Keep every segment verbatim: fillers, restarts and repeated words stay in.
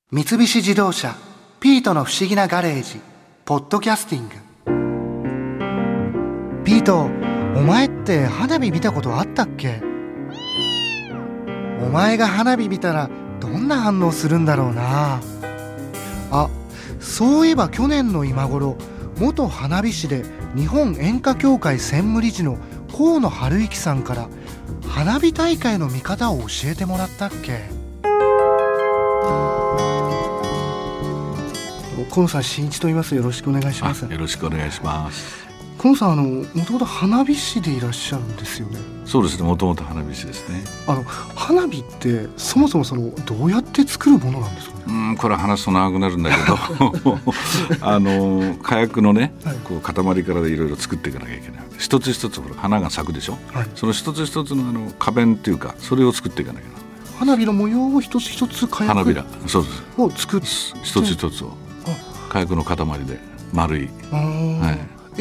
三菱自動車ピートの不思議なガレージポッドキャスティング。ピート、お前って花火見たことあったっけ？お前が花火見たらどんな反応するんだろうなあ。そういえば去年の今頃、元花火師で日本演歌協会専務理事の河野晴之さんから花火大会の見方を教えてもらったっけ？河野さん、新一と言います。よろしくお願いします。 よろしくお願いします。 河野さん、あのもともと花火師でいらっしゃるんですよね。 そうですね、もともと花火師ですね。 あの花火ってそもそもそのどうやって作るものなんですかね？ うんこれは話すと長くなるんだけどあの火薬のね、はい、こう塊からいろいろ作っていかなきゃいけない。一つ一つほら花が咲くでしょ、はい、その一つ一つのあの花弁っていうか、それを作っていかなきゃならない。 花火の模様を一つ一つ火薬花びらそうですを作って一つ一つを火薬の塊で丸い、はい、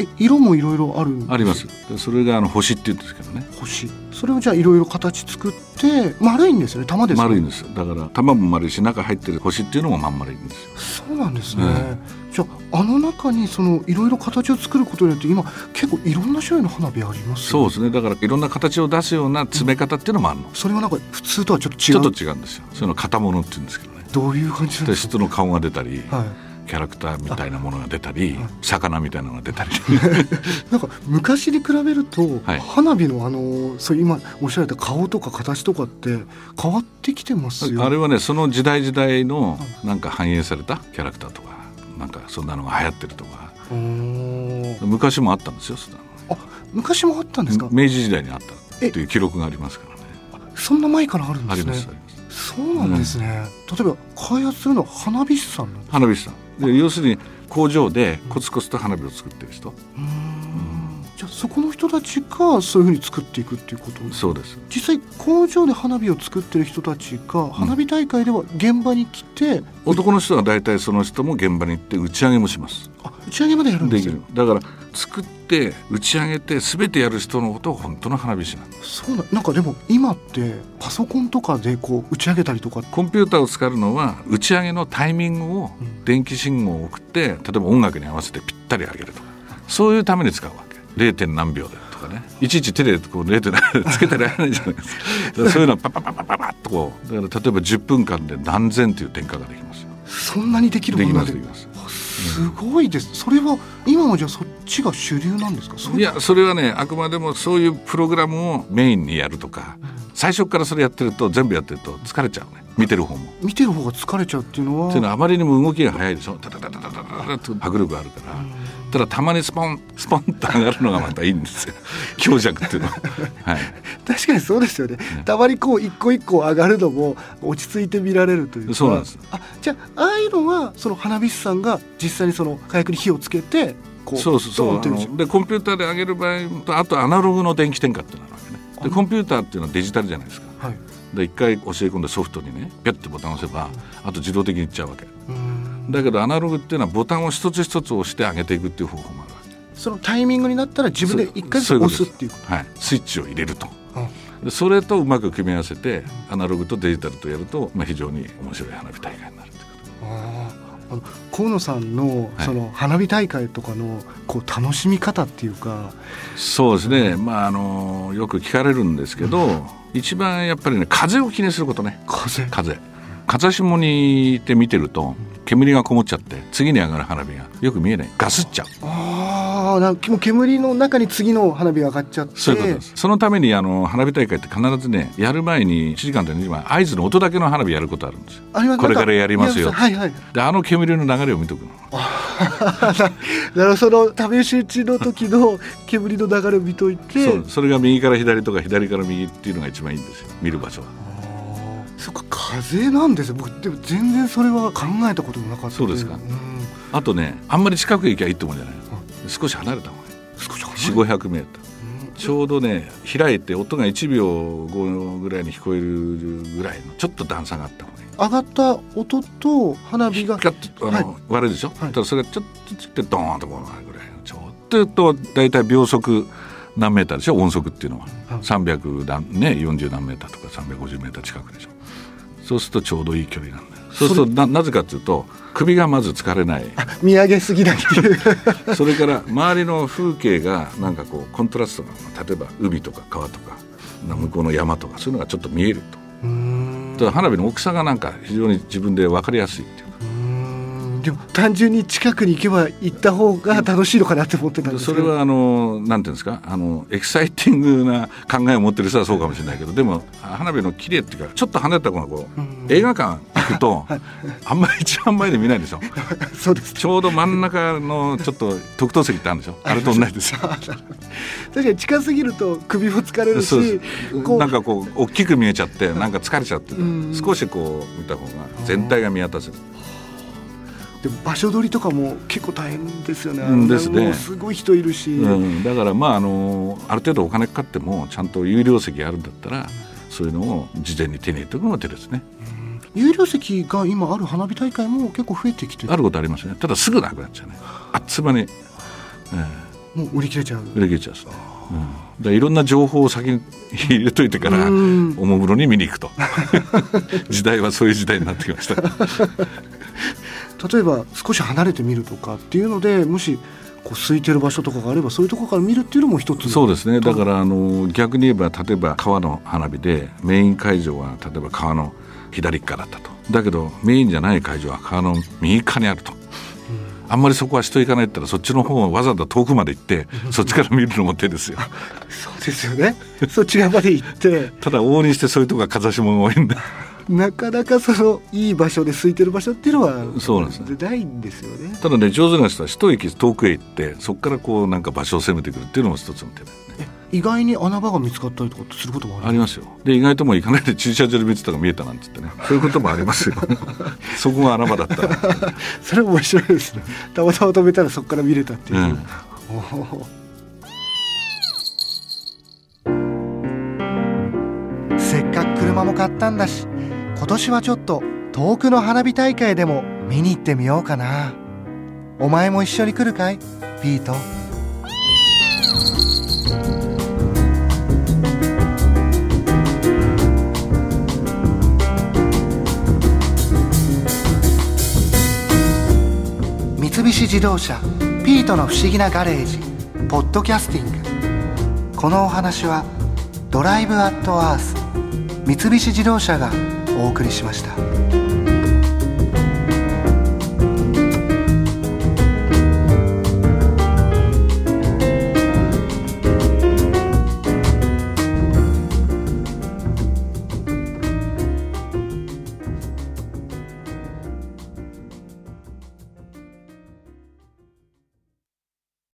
え色もいろいろあるんですか？ あります。でそれがあの星って言うんですけどね。 星、それをじゃあいろいろ形作って丸いんですよね。玉ですか？ 丸いんですよ。だから玉も丸いし、中入ってる星っていうのもまん丸いんですよ。 そうなんですね、うん、じゃああの中にそのいろいろ形を作ることによって今結構いろんな種類の花火ありますよね。 そうですね。だからいろんな形を出すような詰め方っていうのもあるの、うん、それはなんか普通とはちょっと違うちょっと違うんですよ。そういうの型物って言うんですけどね。 どういう感じなんですか？ 人の顔が出たり、はい、キャラクターみたいなものが出たり、魚みたいなのが出たりなんか昔に比べると、はい、花火のあのそう今おっしゃられた顔とか形とかって変わってきてますよ。 あれはね、その時代時代のなんか反映されたキャラクターとか、なんかそんなのが流行ってるとか、昔もあったんですよ。そんなのあ、昔もあったんですか？ 明治時代にあったという記録がありますからね。 そんな前からあるんですね。 ありますあります。 そうなんですね、うん、例えば開発するのは花火師さんなんですか？ 花火師さんで、要するに工場でコツコツと花火を作ってる人。うーん、うん、 じゃあそこの人たちがそういうふうに作っていくっていうことですか？ そうです。 実際工場で花火を作ってる人たちが花火大会では現場に来て、うん、 男の人は大体その人も現場に行って打ち上げもします。 あ、打ち上げまでやるんですよ。 できる。だから作って打ち上げて全てやる人のことを本当の花火師なんです。 そうな、なんかでも今ってパソコンとかでこう打ち上げたりとか、 コンピューターを使うのは打ち上げのタイミングを電気信号を送って、例えば音楽に合わせてぴったり上げるとか、そういうために使うわけ。 ゼロ. 何秒でとかね、いちいち手でこう ゼロ. つけたりやらないじゃないですか。だからそういうのはパパパパパパッとこう、だから例えばじゅっぷんかんで何千という点火ができますよ。 そんなにできるものなんでできますできます。 すごいです。それは今はじゃあそっちが主流なんですか？ いや、それはね、あくまでもそういうプログラムをメインにやるとか、うん、最初からそれやってると全部やってると疲れちゃうね。見てる方も見てる方が疲れちゃうっていうのは、 っていうのはあまりにも動きが速いでしょ。タタタタタタタと迫力があるから、うん、ただたまにスポンスポンと上がるのがまたいいんですよ強弱っていうのは、はい、 確かにそうですよね。たまにこう一個一個上がるのも落ち着いて見られるというか。 そうなんです。 あ、じゃあああいうのはその花火師さんが実際にその火薬に火をつけてこう、 そうそうそう、あのでコンピューターで上げる場合と、あとアナログの電気点火っていうのがあるわけね。でコンピューターっていうのはデジタルじゃないですか、はい、で一回教え込んでソフトにねピュッてボタンを押せば、あと自動的にいっちゃうわけ。だけどアナログっていうのはボタンを一つ一つ押して上げていくっていう方法もあるわけ。 そのタイミングになったら自分で一回ずつ押すっていうこと。 はい、スイッチを入れると、うん、でそれとうまく組み合わせてアナログとデジタルとやると、まあ、非常に面白い花火大会になるということ。 ああの河野さん の, その花火大会とかのこう楽しみ方っていうか、はい、 そうですね、まあ、あのよく聞かれるんですけど、うん、一番やっぱりね、風を気にすることね。 風風風下にいて見てると煙がこもっちゃって次に上がる花火がよく見えない。ガスっちゃう。 ああ、なんかもう煙の中に次の花火が上がっちゃって。 そういうことです。そのためにあの花火大会って必ずね、やる前にいちじかんとにじかん合図の音だけの花火やることあるんですよ。あります。これからやりますよ。 はいはい、 であの煙の流れを見とくの。 なるほど、その試し打ちの時の煙の流れを見といてそう、それが右から左とか左から右っていうのが一番いいんですよ、見る場所は。 そっか、風なんですよ。僕でも全然それは考えたこともなかった。 そうですか、うん、あとね、あんまり近くへ行きゃいいってもんじゃない、うん、少し離れた方がいい。少し離れた よんひゃくごひゃくメーター、うん、ちょうどね開いて音がいちびょうごぐらいに聞こえるぐらいのちょっと段差があった方がいい。 上がった音と花火がガッとあの、はい、割れるでしょ、はい、ただそれがちょっとつってドーンとこうなるぐらいのちょっととだいたい秒速何メーターでしょ、音速っていうのは、はい、さんびゃく何、ね、よんじゅう何メーターとかさんびゃくごじゅうメーター近くでしょ。そうするとちょうどいい距離なんだよ。 そうすると な, なぜかというと首がまず疲れない、 見上げすぎないっていうそれから周りの風景がなんかこうコントラストが、例えば海とか川とか向こうの山とかそういうのがちょっと見えると。うーん、だから花火の大きさがなんか非常に自分で分かりやすいっていうか。 うーん、でも単純に近くに行けば行った方が楽しいのかなって思ってたんですけど、 それはあのなんていうんですか、あのエキサイティングな考えを持ってる人はそうかもしれないけど、でも花火の綺麗っていうかちょっと離れたこのこう、うん、映画館行くと、はい、あんまり一番前で見ないんですよそうです、 ちょうど真ん中のちょっと特等席ってあるんですよあれと同じですよ確かに近すぎると首も疲れるし、 こうなんかこう大きく見えちゃってなんか疲れちゃって、少しこう見た方が全体が見渡せる。 でも場所取りとかも結構大変ですよね。 うんですね、 もうすごい人いるし、 うん、だからまああのある程度お金かかってもちゃんと有料席あるんだったらそういうのを事前に手に入れておくのが手ですね。 うん、有料席が今ある花火大会も結構増えてきてる。 あることありますね。ただすぐなくなっちゃうね。あっつまに、えー、もう売り切れちゃう。 売り切れちゃうですね。うん、だからいろんな情報を先に入れといてからおもむろに見に行くと時代はそういう時代になってきました例えば少し離れてみるとかっていうので、もしこう空いてる場所とかがあればそういうところから見るっていうのも一つ。 そうですね。だからあの逆に言えば例えば川の花火でメイン会場は例えば川の左側だったと、だけどメインじゃない会場は川の右側にあると、あんまりそこは人行かないって言ったらそっちの方をわざわざ遠くまで行ってそっちから見るのも手ですよそうですよねそっち側まで行ってただ往々にしてそういうとこが風下が多いんだなかなかそのいい場所で空いてる場所っていうのはそうなんですね、 ないんですよね。 ただね、上手な人は一駅遠くへ行ってそこからこうなんか場所を攻めてくるっていうのも一つの手だよね。 意外に穴場が見つかったりとかすることもある。 ありますよ。で意外ともう行かないで駐車場で見てたのが見えたなんて言ってね、そういうこともありますよそこが穴場だったらそれ面白いですね。たまたま止めたらそこから見れたっていう、うん、せっかく車も買ったんだし今年はちょっと遠くの花火大会でも見に行ってみようかな。お前も一緒に来るかいピート。三菱自動車ピートの不思議なガレージポッドキャスティング。このお話はドライブアットアース三菱自動車がお送りしました。